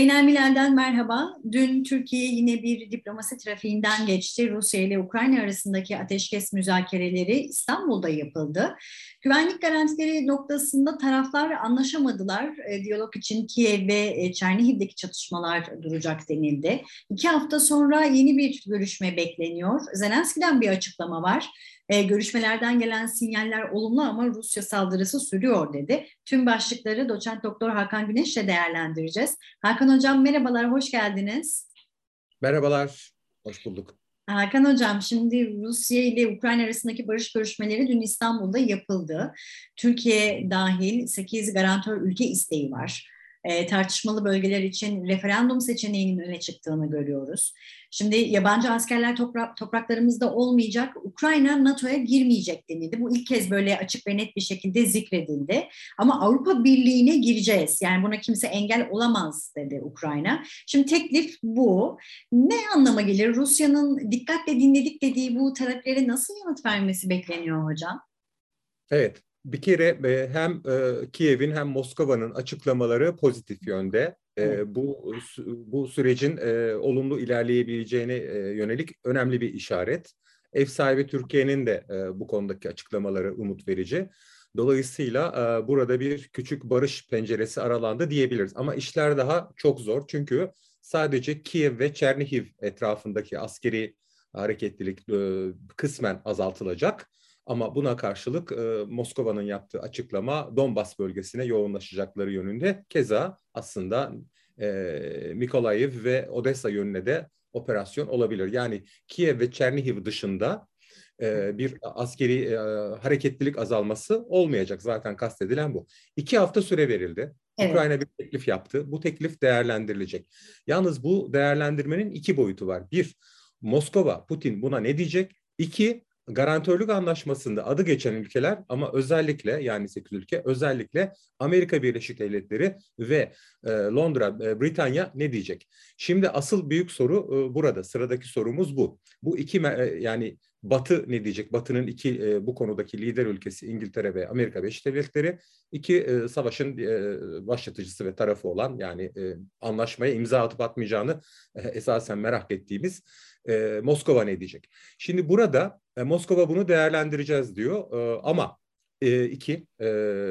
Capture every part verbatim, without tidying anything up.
Genel Milal'den merhaba. Dün Türkiye yine bir diplomasi trafiğinden geçti. Rusya ile Ukrayna arasındaki ateşkes müzakereleri İstanbul'da yapıldı. Güvenlik garantileri noktasında taraflar anlaşamadılar. E, diyalog için Kiev ve e, Çernihiv'deki çatışmalar duracak denildi. İki hafta sonra yeni bir görüşme bekleniyor. Zelenski'den bir açıklama var. E, görüşmelerden gelen sinyaller olumlu ama Rusya saldırısı sürüyor dedi. Tüm başlıkları doçent doktor Hakan Güneş'le değerlendireceğiz. Hakan Hocam merhabalar, hoş geldiniz. Merhabalar, hoş bulduk. Hakan Hocam, şimdi Rusya ile Ukrayna arasındaki barış görüşmeleri dün İstanbul'da yapıldı. Türkiye dahil sekiz garantör ülke isteği var. E, tartışmalı bölgeler için referandum seçeneğinin öne çıktığını görüyoruz. Şimdi yabancı askerler toprak, topraklarımızda olmayacak, Ukrayna NATO'ya girmeyecek denildi. Bu ilk kez böyle açık ve net bir şekilde zikredildi. Ama Avrupa Birliği'ne gireceğiz. Yani buna kimse engel olamaz dedi Ukrayna. Şimdi teklif bu. Ne anlama gelir? Rusya'nın dikkatle dinledik dediği bu taleplere nasıl yanıt vermesi bekleniyor hocam? Evet, bir kere e, hem e, Kiev'in hem Moskova'nın açıklamaları pozitif yönde. Evet. E, bu bu sürecin e, olumlu ilerleyebileceğine e, yönelik önemli bir işaret. Ev sahibi Türkiye'nin de e, bu konudaki açıklamaları umut verici. Dolayısıyla e, burada bir küçük barış penceresi aralandı diyebiliriz. Ama işler daha çok zor çünkü sadece Kiev ve Çernihiv etrafındaki askeri hareketlilik e, kısmen azaltılacak. Ama buna karşılık e, Moskova'nın yaptığı açıklama Donbas bölgesine yoğunlaşacakları yönünde. Keza aslında e, Mikolayiv ve Odessa yönüne de operasyon olabilir. Yani Kiev ve Çernihiv dışında e, bir askeri e, hareketlilik azalması olmayacak. Zaten kastedilen bu. İki hafta süre verildi. Evet. Ukrayna bir teklif yaptı. Bu teklif değerlendirilecek. Yalnız bu değerlendirmenin iki boyutu var. Bir, Moskova, Putin buna ne diyecek? İki, garantörlük anlaşmasında adı geçen ülkeler ama özellikle yani sekiz ülke özellikle Amerika Birleşik Devletleri ve e, Londra, e, Britanya ne diyecek? Şimdi asıl büyük soru e, burada. Sıradaki sorumuz bu. Bu iki e, yani Batı ne diyecek? Batı'nın iki e, bu konudaki lider ülkesi İngiltere ve Amerika Birleşik Devletleri iki e, savaşın e, başlatıcısı ve tarafı olan yani e, anlaşmaya imza atıp atmayacağını e, esasen merak ettiğimiz e, Moskova ne diyecek? Şimdi burada e, Moskova bunu değerlendireceğiz diyor e, ama e, iki e,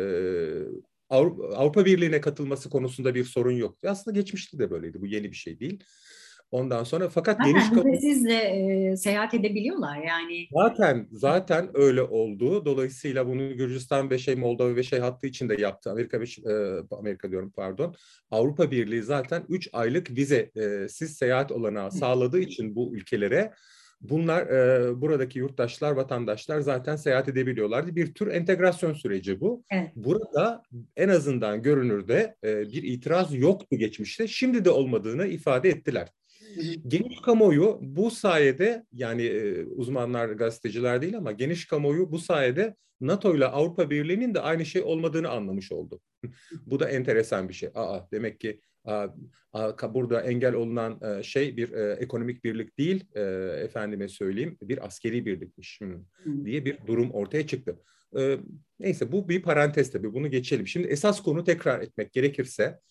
Avrupa, Avrupa Birliği'ne katılması konusunda bir sorun yok. Aslında geçmişte de böyleydi. Bu yeni bir şey değil. Ondan sonra fakat geniş Zaten kamu vizesizle e, seyahat edebiliyorlar yani. zaten zaten öyle oldu. Dolayısıyla bunu Gürcistan ve şey Moldova ve şey hattı için de yaptı. Amerika ve e, Amerika diyorum pardon. Avrupa Birliği zaten üç aylık vizesiz seyahat olanağı sağladığı için bu ülkelere bunlar e, buradaki yurttaşlar, vatandaşlar zaten seyahat edebiliyorlardı. Bir tür entegrasyon süreci bu. Evet. Burada en azından görünürde e, bir itiraz yoktu geçmişte. Şimdi de olmadığını ifade ettiler. Hı hı. Geniş kamuoyu bu sayede yani e, uzmanlar, gazeteciler değil ama geniş kamuoyu bu sayede NATO ile Avrupa Birliği'nin de aynı şey olmadığını anlamış oldu. Bu da enteresan bir şey. Aa, demek ki a, a, burada engel olunan e, şey bir e, ekonomik birlik değil, e, efendime söyleyeyim bir askeri birlikmiş hmm, Hı. diye bir durum ortaya çıktı. E, neyse bu bir parantez tabii bunu geçelim. Şimdi esas konu tekrar etmek gerekirse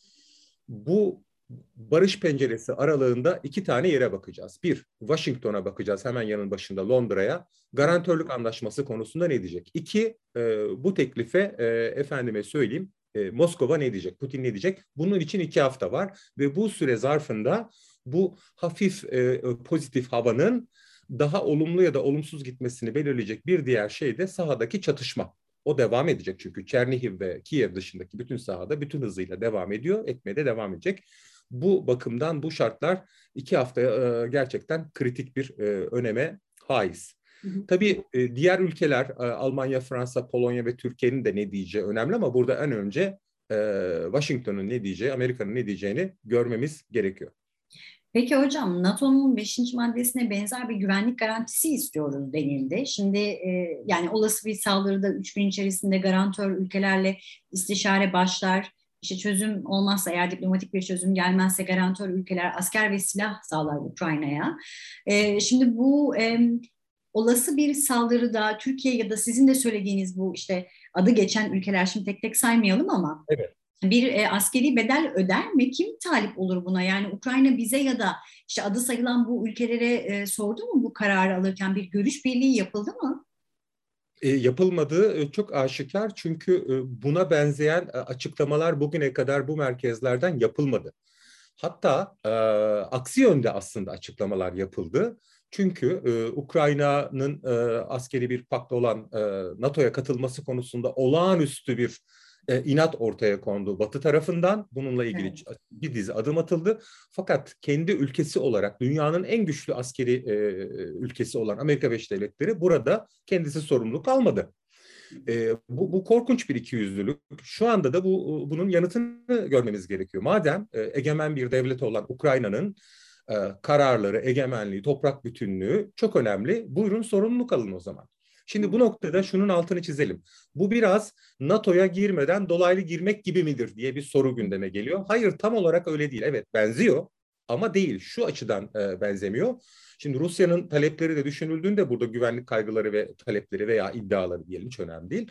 bu barış penceresi aralığında iki tane yere bakacağız. Bir, Washington'a bakacağız hemen yanın başında Londra'ya. Garantörlük anlaşması konusunda ne diyecek? İki, e, bu teklife e, efendime söyleyeyim e, Moskova ne diyecek? Putin ne diyecek? Bunun için iki hafta var ve bu süre zarfında bu hafif e, pozitif havanın daha olumlu ya da olumsuz gitmesini belirleyecek bir diğer şey de sahadaki çatışma. O devam edecek çünkü Çernihiv ve Kiev dışındaki bütün sahada bütün hızıyla devam ediyor, etmeye de devam edecek. Bu bakımdan bu şartlar iki hafta e, gerçekten kritik bir e, öneme haiz. Hı hı. Tabii e, diğer ülkeler e, Almanya, Fransa, Polonya ve Türkiye'nin de ne diyeceği önemli ama burada en önce e, Washington'un ne diyeceği, Amerika'nın ne diyeceğini görmemiz gerekiyor. Peki hocam, NATO'nun beşinci maddesine benzer bir güvenlik garantisi istiyoruz denildi. Şimdi e, yani olası bir saldırıda üç gün içerisinde garantör ülkelerle istişare başlar. İşte çözüm olmazsa eğer diplomatik bir çözüm gelmezse garantör ülkeler asker ve silah sağlar Ukrayna'ya. E, şimdi bu e, olası bir saldırıda Türkiye ya da sizin de söylediğiniz bu işte adı geçen ülkeler şimdi tek tek saymayalım ama Evet. bir e, askeri bedel öder mi? Kim talip olur buna? Yani Ukrayna bize ya da işte adı sayılan bu ülkelere e, sordu mu bu kararı alırken, bir görüş birliği yapıldı mı? E, yapılmadığı e, çok aşikar, çünkü e, buna benzeyen e, açıklamalar bugüne kadar bu merkezlerden yapılmadı. Hatta e, aksi yönde aslında açıklamalar yapıldı. Çünkü e, Ukrayna'nın e, askeri bir paktı olan e, NATO'ya katılması konusunda olağanüstü bir e, inat ortaya kondu Batı tarafından. Bununla ilgili Evet. bir dizi adım atıldı. Fakat kendi ülkesi olarak dünyanın en güçlü askeri e, ülkesi olan Amerika Birleşik Devletleri burada kendisi sorumluluk almadı. E, bu, bu korkunç bir ikiyüzlülük. Şu anda da bu bunun yanıtını görmemiz gerekiyor. Madem e, egemen bir devlet olan Ukrayna'nın e, kararları, egemenliği, toprak bütünlüğü çok önemli. Buyurun sorumluluk alın o zaman. Şimdi bu noktada şunun altını çizelim. Bu biraz NATO'ya girmeden dolaylı girmek gibi midir diye bir soru gündeme geliyor. Hayır, tam olarak öyle değil. Evet, benziyor ama değil. Şu açıdan e, benzemiyor. Şimdi Rusya'nın talepleri de düşünüldüğünde burada güvenlik kaygıları ve talepleri veya iddiaları diyelim, hiç önemli değil.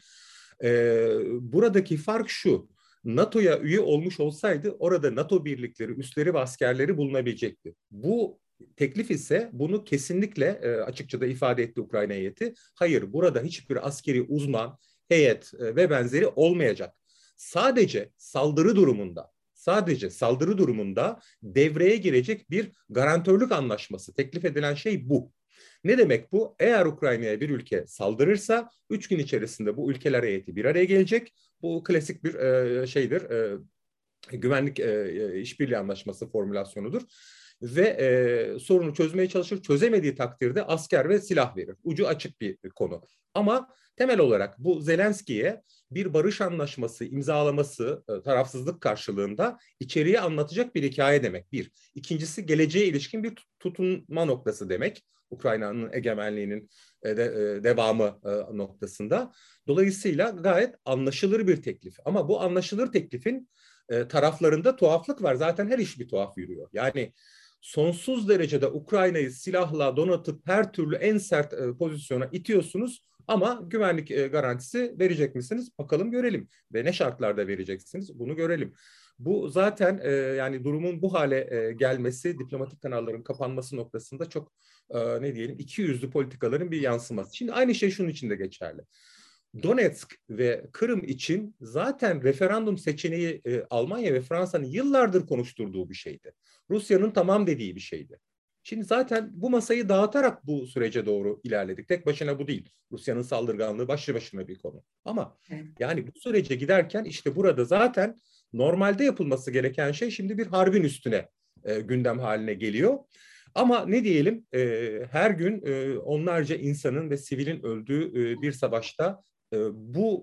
Ee, buradaki fark şu: NATO'ya üye olmuş olsaydı orada NATO birlikleri, üsleri ve askerleri bulunabilecekti. Bu teklif ise bunu kesinlikle e, açıkça da ifade etti Ukrayna heyeti. Hayır, burada hiçbir askeri uzman, heyet e, ve benzeri olmayacak. Sadece saldırı durumunda sadece saldırı durumunda devreye girecek bir garantörlük anlaşması. Teklif edilen şey bu. Ne demek bu? Eğer Ukrayna'ya bir ülke saldırırsa üç gün içerisinde bu ülkeler heyeti bir araya gelecek. Bu klasik bir e, şeydir. E, güvenlik e, işbirliği anlaşması formülasyonudur. Ve e, sorunu çözmeye çalışır. Çözemediği takdirde asker ve silah verir. Ucu açık bir konu. Ama temel olarak bu Zelenski'ye bir barış anlaşması imzalaması e, tarafsızlık karşılığında içeriği anlatacak bir hikaye demek. Bir. İkincisi, geleceğe ilişkin bir tutunma noktası demek. Ukrayna'nın egemenliğinin e, de, e, devamı e, noktasında. Dolayısıyla gayet anlaşılır bir teklif. Ama bu anlaşılır teklifin e, taraflarında tuhaflık var. Zaten her iş bir tuhaf yürüyor. Yani sonsuz derecede Ukrayna'yı silahla donatıp her türlü en sert e, pozisyona itiyorsunuz. Ama güvenlik e, garantisi verecek misiniz? Bakalım görelim. Ve ne şartlarda vereceksiniz? Bunu görelim. Bu zaten e, yani durumun bu hale e, gelmesi, diplomatik kanalların kapanması noktasında çok e, ne diyelim iki yüzlü politikaların bir yansıması. Şimdi aynı şey şunun için de geçerli. Donetsk ve Kırım için zaten referandum seçeneği e, Almanya ve Fransa'nın yıllardır konuşturduğu bir şeydi. Rusya'nın tamam dediği bir şeydi. Şimdi zaten bu masayı dağıtarak bu sürece doğru ilerledik. Tek başına bu değil. Rusya'nın saldırganlığı başlı başına bir konu. Ama Evet. yani bu sürece giderken işte burada zaten normalde yapılması gereken şey şimdi bir harbin üstüne e, gündem haline geliyor. Ama ne diyelim, e, her gün e, onlarca insanın ve sivilin öldüğü e, bir savaşta e, bu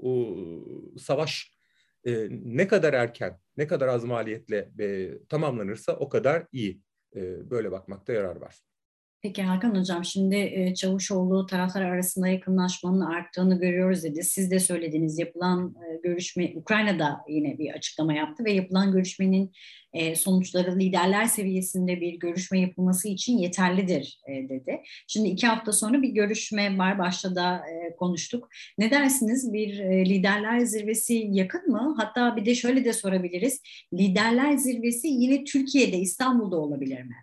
e, savaş e, ne kadar erken, ne kadar az maliyetle e, tamamlanırsa o kadar iyi. E, böyle bakmakta yarar var. Peki Hakan Hocam, şimdi e, Çavuşoğlu taraflar arasında yakınlaşmanın arttığını görüyoruz dedi. Siz de söylediniz, yapılan e, görüşme, Ukrayna'da yine bir açıklama yaptı ve yapılan görüşmenin e, sonuçları liderler seviyesinde bir görüşme yapılması için yeterlidir e, dedi. Şimdi iki hafta sonra bir görüşme var, başta da e, konuştuk. Ne dersiniz, bir e, liderler zirvesi yakın mı? Hatta bir de şöyle de sorabiliriz, liderler zirvesi yine Türkiye'de, İstanbul'da olabilir mi?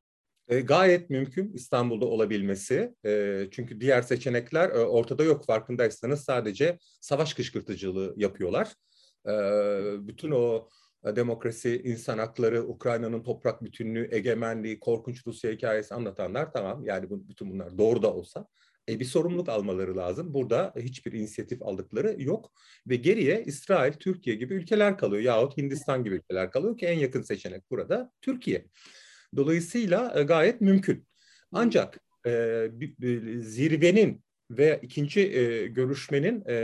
E, gayet mümkün İstanbul'da olabilmesi. E, çünkü diğer seçenekler e, ortada yok. Farkındaysanız sadece savaş kışkırtıcılığı yapıyorlar. E, bütün o e, demokrasi, insan hakları, Ukrayna'nın toprak bütünlüğü, egemenliği, korkunç Rusya hikayesi anlatanlar tamam. Yani bu, bütün bunlar doğru da olsa e, bir sorumluluk almaları lazım. Burada hiçbir inisiyatif aldıkları yok. Ve geriye İsrail, Türkiye gibi ülkeler kalıyor. Yahut Hindistan gibi ülkeler kalıyor ki en yakın seçenek burada Türkiye. Dolayısıyla e, gayet mümkün. Ancak e, bir, bir zirvenin ve ikinci e, görüşmenin e,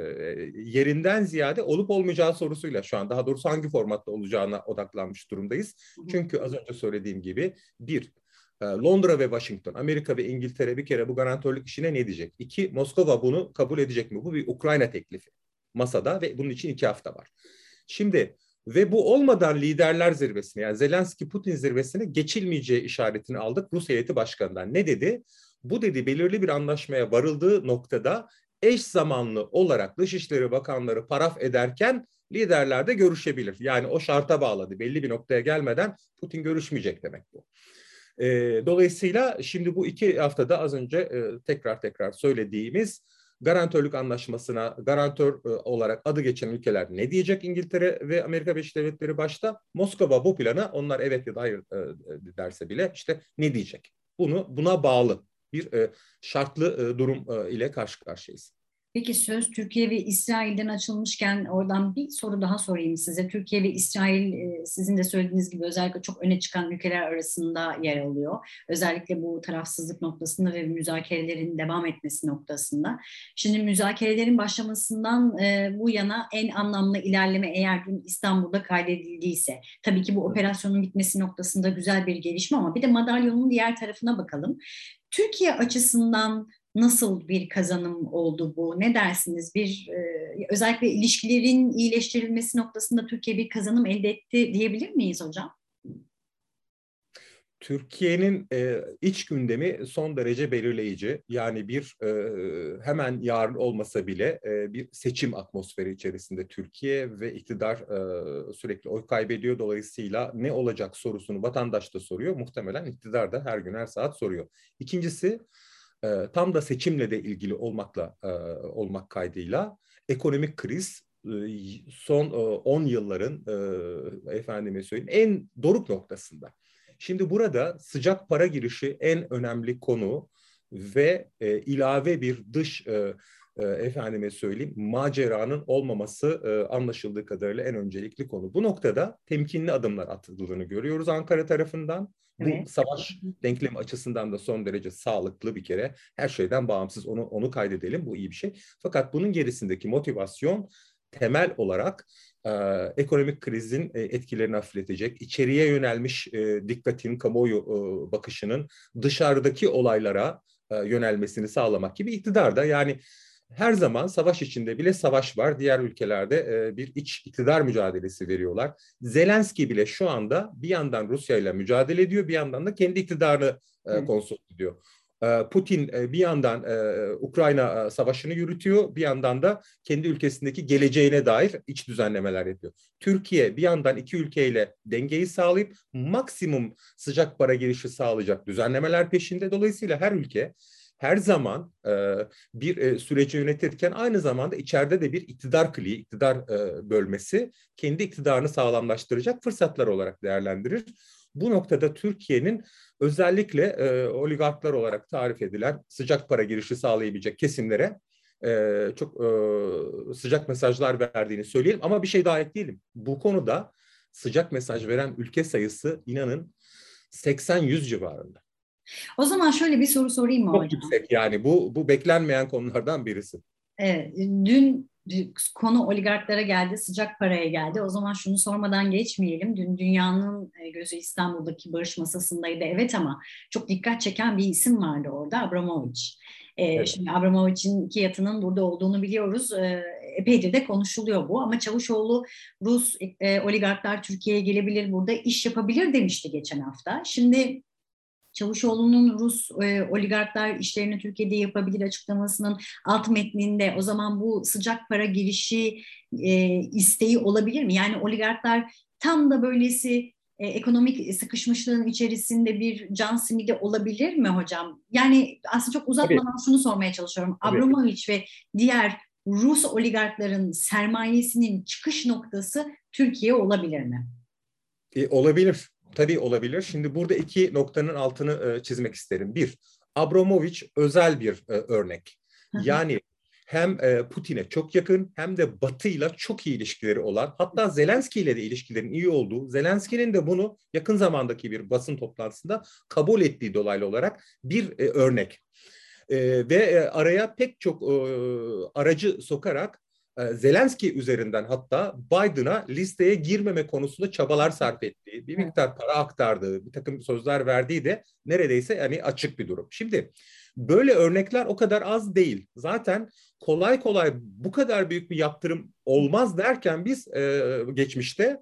yerinden ziyade olup olmayacağı sorusuyla şu an, daha doğrusu hangi formatta olacağına odaklanmış durumdayız. Çünkü az önce söylediğim gibi bir, e, Londra ve Washington, Amerika ve İngiltere bir kere bu garantörlük işine ne diyecek? İki, Moskova bunu kabul edecek mi? Bu bir Ukrayna teklifi masada ve bunun için iki hafta var. Şimdi ve bu olmadan liderler zirvesine, yani Zelenski-Putin zirvesine geçilmeyeceği işaretini aldık Rus heyeti başkanından. Ne dedi? Bu dedi, belirli bir anlaşmaya varıldığı noktada eş zamanlı olarak Dışişleri Bakanları paraf ederken liderler de görüşebilir. Yani o şarta bağladı. Belli bir noktaya gelmeden Putin görüşmeyecek demek bu. E, dolayısıyla şimdi bu iki haftada az önce e, tekrar tekrar söylediğimiz garantörlük anlaşmasına garantör e, olarak adı geçen ülkeler ne diyecek? İngiltere ve Amerika Birleşik Devletleri başta. Moskova bu plana onlar evet ya da hayır e, derse bile işte ne diyecek? Bunu buna bağlı bir e, şartlı e, durum e, ile karşı karşıyayız. Peki söz Türkiye ve İsrail'den açılmışken oradan bir soru daha sorayım size. Türkiye ve İsrail e, sizin de söylediğiniz gibi özellikle çok öne çıkan ülkeler arasında yer alıyor. Özellikle bu tarafsızlık noktasında ve müzakerelerin devam etmesi noktasında. Şimdi müzakerelerin başlamasından e, bu yana en anlamlı ilerleme eğer dün İstanbul'da kaydedildiyse. Tabii ki bu operasyonun bitmesi noktasında güzel bir gelişme ama bir de madalyonun diğer tarafına bakalım. Türkiye açısından nasıl bir kazanım oldu bu? Ne dersiniz? Bir e, özellikle ilişkilerin iyileştirilmesi noktasında Türkiye bir kazanım elde etti diyebilir miyiz hocam? Türkiye'nin e, iç gündemi son derece belirleyici. Yani bir e, hemen yarın olmasa bile e, bir seçim atmosferi içerisinde Türkiye ve iktidar e, sürekli oy kaybediyor. Dolayısıyla ne olacak sorusunu vatandaş da soruyor. Muhtemelen iktidar da her gün her saat soruyor. İkincisi e, tam da seçimle de ilgili olmakla e, olmak kaydıyla ekonomik kriz e, son on yılların e, efendime söyleyeyim en doruk noktasında. Şimdi burada sıcak para girişi en önemli konu ve e, ilave bir dış e, e, efendime söyleyeyim maceranın olmaması e, anlaşıldığı kadarıyla en öncelikli konu. Bu noktada temkinli adımlar atıldığını görüyoruz Ankara tarafından. Bu Evet. savaş denklemi açısından da son derece sağlıklı bir kere. Her şeyden bağımsız onu onu kaydedelim. Bu iyi bir şey. Fakat bunun gerisindeki motivasyon temel olarak e, ekonomik krizin e, etkilerini hafifletecek, içeriye yönelmiş e, dikkatin, kamuoyu e, bakışının dışarıdaki olaylara e, yönelmesini sağlamak gibi iktidarda yani her zaman savaş içinde bile savaş var. Diğer ülkelerde e, bir iç iktidar mücadelesi veriyorlar. Zelenski bile şu anda bir yandan Rusya ile mücadele ediyor, bir yandan da kendi iktidarını e, konsolide ediyor. Putin bir yandan Ukrayna savaşını yürütüyor, bir yandan da kendi ülkesindeki geleceğine dair iç düzenlemeler yapıyor. Türkiye bir yandan iki ülkeyle dengeyi sağlayıp maksimum sıcak para girişi sağlayacak düzenlemeler peşinde. Dolayısıyla her ülke her zaman bir süreci yönetirken aynı zamanda içeride de bir iktidar kliği, iktidar bölmesi kendi iktidarını sağlamlaştıracak fırsatlar olarak değerlendirir. Bu noktada Türkiye'nin özellikle e, oligarklar olarak tarif edilen sıcak para girişi sağlayabilecek kesimlere e, çok e, sıcak mesajlar verdiğini söyleyelim. Ama bir şey daha ekleyelim. Bu konuda sıcak mesaj veren ülke sayısı inanın seksen yüz civarında. O zaman şöyle bir soru sorayım mı Çok hocam? yüksek yani bu bu beklenmeyen konulardan birisi. Evet, dün konu oligarklara geldi, sıcak paraya geldi. O zaman şunu sormadan geçmeyelim. Dün dünyanın e, gözü İstanbul'daki barış masasındaydı, evet ama çok dikkat çeken bir isim vardı orada, Abramovich. E, Evet. şimdi Abramovich'in iki yatının burada olduğunu biliyoruz. E, epeydir de konuşuluyor bu ama Çavuşoğlu Rus e, oligarklar Türkiye'ye gelebilir, burada iş yapabilir demişti geçen hafta. Şimdi Çavuşoğlu'nun Rus e, oligarklar işlerini Türkiye'de yapabilir açıklamasının alt metninde o zaman bu sıcak para girişi e, isteği olabilir mi? Yani oligarklar tam da böylesi e, ekonomik sıkışmışlığın içerisinde bir can simidi olabilir mi hocam? Yani aslında çok Tabii, uzatmadan şunu sormaya çalışıyorum. tabii. Abramovich ve diğer Rus oligarkların sermayesinin çıkış noktası Türkiye olabilir mi? E, olabilir. Tabii olabilir. Şimdi burada iki noktanın altını e, çizmek isterim. Bir, Abramovich özel bir e, örnek. Yani hem e, Putin'e çok yakın hem de Batı'yla çok iyi ilişkileri olan, hatta Zelenski ile de ilişkilerin iyi olduğu, Zelenski'nin de bunu yakın zamandaki bir basın toplantısında kabul ettiği dolaylı olarak bir e, örnek. E, ve e, araya pek çok e, aracı sokarak Zelenski üzerinden hatta Biden'a listeye girmeme konusunda çabalar sarf ettiği, bir miktar para aktardığı, bir takım sözler verdiği de neredeyse yani açık bir durum. Şimdi böyle örnekler o kadar az değil. Zaten kolay kolay bu kadar büyük bir yaptırım olmaz derken biz e, geçmişte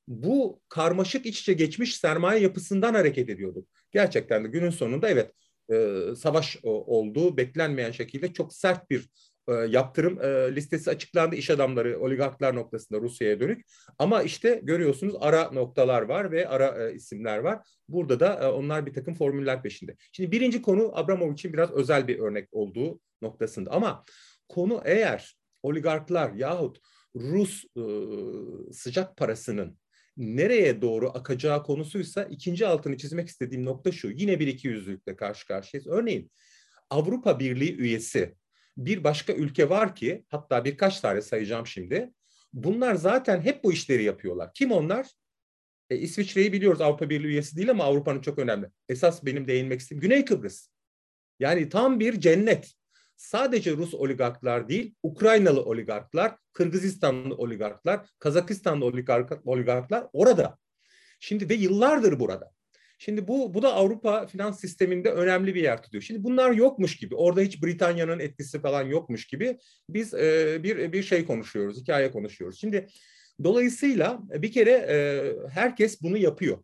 bu karmaşık iç içe geçmiş sermaye yapısından hareket ediyorduk. Gerçekten de günün sonunda evet e, savaş o, olduğu beklenmeyen şekilde çok sert bir e, yaptırım e, listesi açıklandı iş adamları, oligarklar noktasında Rusya'ya dönük. Ama işte görüyorsunuz ara noktalar var ve ara e, isimler var. Burada da e, onlar bir takım formüller peşinde. Şimdi birinci konu Abramovich'in biraz özel bir örnek olduğu noktasında. Ama konu eğer oligarklar yahut Rus e, sıcak parasının nereye doğru akacağı konusuysa ikinci altını çizmek istediğim nokta şu. Yine bir ikiyüzlülükle karşı karşıyayız. Örneğin Avrupa Birliği üyesi bir başka ülke var ki, hatta birkaç tane sayacağım şimdi. Bunlar zaten hep bu işleri yapıyorlar. Kim onlar? E, İsviçre'yi biliyoruz, Avrupa Birliği üyesi değil ama Avrupa'nın çok önemli. Esas benim değinmek istediğim Güney Kıbrıs. Yani tam bir cennet. Sadece Rus oligarklar değil, Ukraynalı oligarklar, Kırgızistanlı oligarklar, Kazakistanlı oligark, oligarklar orada. Şimdi ve yıllardır burada. Şimdi bu bu da Avrupa finans sisteminde önemli bir yer tutuyor. Şimdi bunlar yokmuş gibi, orada hiç Britanya'nın etkisi falan yokmuş gibi biz e, bir bir şey konuşuyoruz, hikaye konuşuyoruz. Şimdi dolayısıyla bir kere e, herkes bunu yapıyor.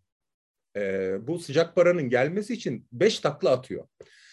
E, bu sıcak paranın gelmesi için beş takla atıyor.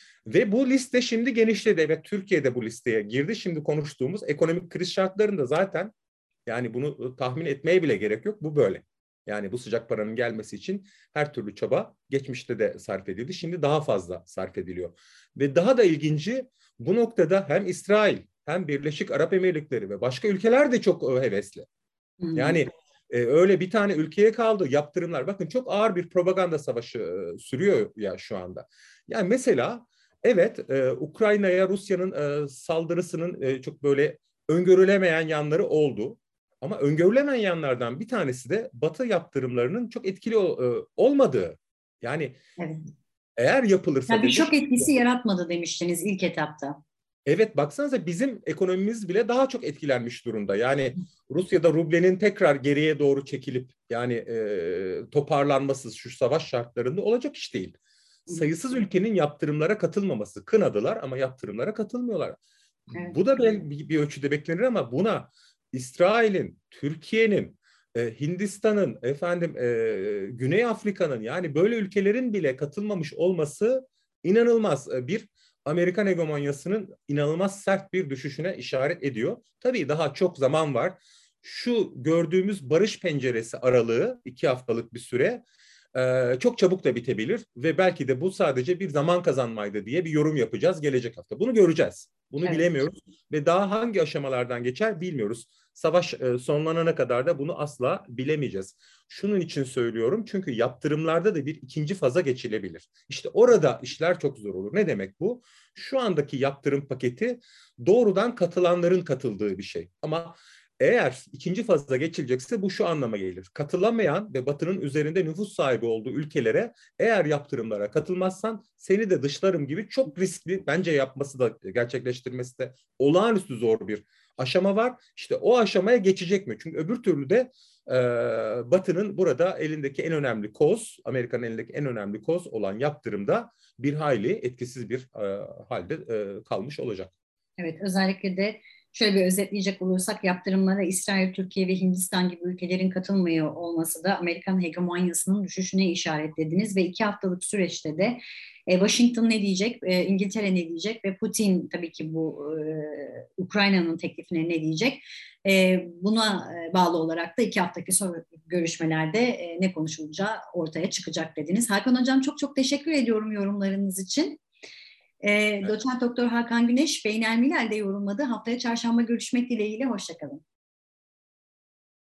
Ve bu liste şimdi genişledi. Evet, Türkiye'de bu listeye girdi. Şimdi konuştuğumuz ekonomik kriz şartlarında zaten yani bunu tahmin etmeye bile gerek yok. Bu böyle. Yani bu sıcak paranın gelmesi için her türlü çaba geçmişte de sarf edildi. Şimdi daha fazla sarf ediliyor. Ve daha da ilginci, bu noktada hem İsrail hem Birleşik Arap Emirlikleri ve başka ülkeler de çok hevesli. Hmm. Yani e, öyle bir tane ülkeye kaldı yaptırımlar. Bakın çok ağır bir propaganda savaşı e, sürüyor ya şu anda. Yani mesela evet, e, Ukrayna'ya Rusya'nın e, saldırısının e, çok böyle öngörülemeyen yanları oldu. Ama öngörülemeyen yanlardan bir tanesi de Batı yaptırımlarının çok etkili e, olmadığı. Yani evet. Eğer yapılırsa... Yani bir şok etkisi yaratmadı demiştiniz ilk etapta. Evet, baksanıza bizim ekonomimiz bile daha çok etkilenmiş durumda. Yani Rusya'da rublenin tekrar geriye doğru çekilip yani e, toparlanması şu savaş şartlarında olacak iş değil. Sayısız ülkenin yaptırımlara katılmaması, kınadılar ama yaptırımlara katılmıyorlar. Evet. Bu da bir, bir ölçüde beklenir ama buna İsrail'in, Türkiye'nin, e, Hindistan'ın, efendim e, Güney Afrika'nın, yani böyle ülkelerin bile katılmamış olması inanılmaz. Bir Amerikan hegemonyasının inanılmaz sert bir düşüşüne işaret ediyor. Tabii daha çok zaman var. Şu gördüğümüz barış penceresi aralığı iki haftalık bir süre. Ee, çok çabuk da bitebilir ve belki de bu sadece bir zaman kazanmaydı diye bir yorum yapacağız gelecek hafta. Bunu göreceğiz. Bunu evet. bilemiyoruz ve daha hangi aşamalardan geçer bilmiyoruz. Savaş e, sonlanana kadar da bunu asla bilemeyeceğiz. Şunun için söylüyorum, çünkü yaptırımlarda da bir ikinci faza geçilebilir. İşte orada işler çok zor olur. Ne demek bu? Şu andaki yaptırım paketi doğrudan katılanların katıldığı bir şey. Ama eğer ikinci faza geçilecekse bu şu anlama gelir. Katılamayan ve Batı'nın üzerinde nüfus sahibi olduğu ülkelere eğer yaptırımlara katılmazsan seni de dışlarım gibi çok riskli, bence yapması da gerçekleştirmesi de olağanüstü zor bir aşama var. İşte o aşamaya geçecek mi? Çünkü öbür türlü de e, Batı'nın burada elindeki en önemli koz, Amerika'nın elindeki en önemli koz olan yaptırımda bir hayli etkisiz bir e, halde e, kalmış olacak. Evet, özellikle de şöyle bir özetleyecek olursak yaptırımlara İsrail, Türkiye ve Hindistan gibi ülkelerin katılmıyor olması da Amerikan hegemonyasının düşüşüne işaretlediniz ve iki haftalık süreçte de e, Washington ne diyecek, e, İngiltere ne diyecek ve Putin tabii ki bu e, Ukrayna'nın teklifine ne diyecek? E, buna bağlı olarak da iki haftaki sonra görüşmelerde e, ne konuşulacağı ortaya çıkacak dediniz. Hakan Hocam, çok çok teşekkür ediyorum yorumlarınız için. E, Doçent Doktor Hakan Güneş, Beynel Milal'de yorumladı. Haftaya çarşamba görüşmek dileğiyle, hoşçakalın.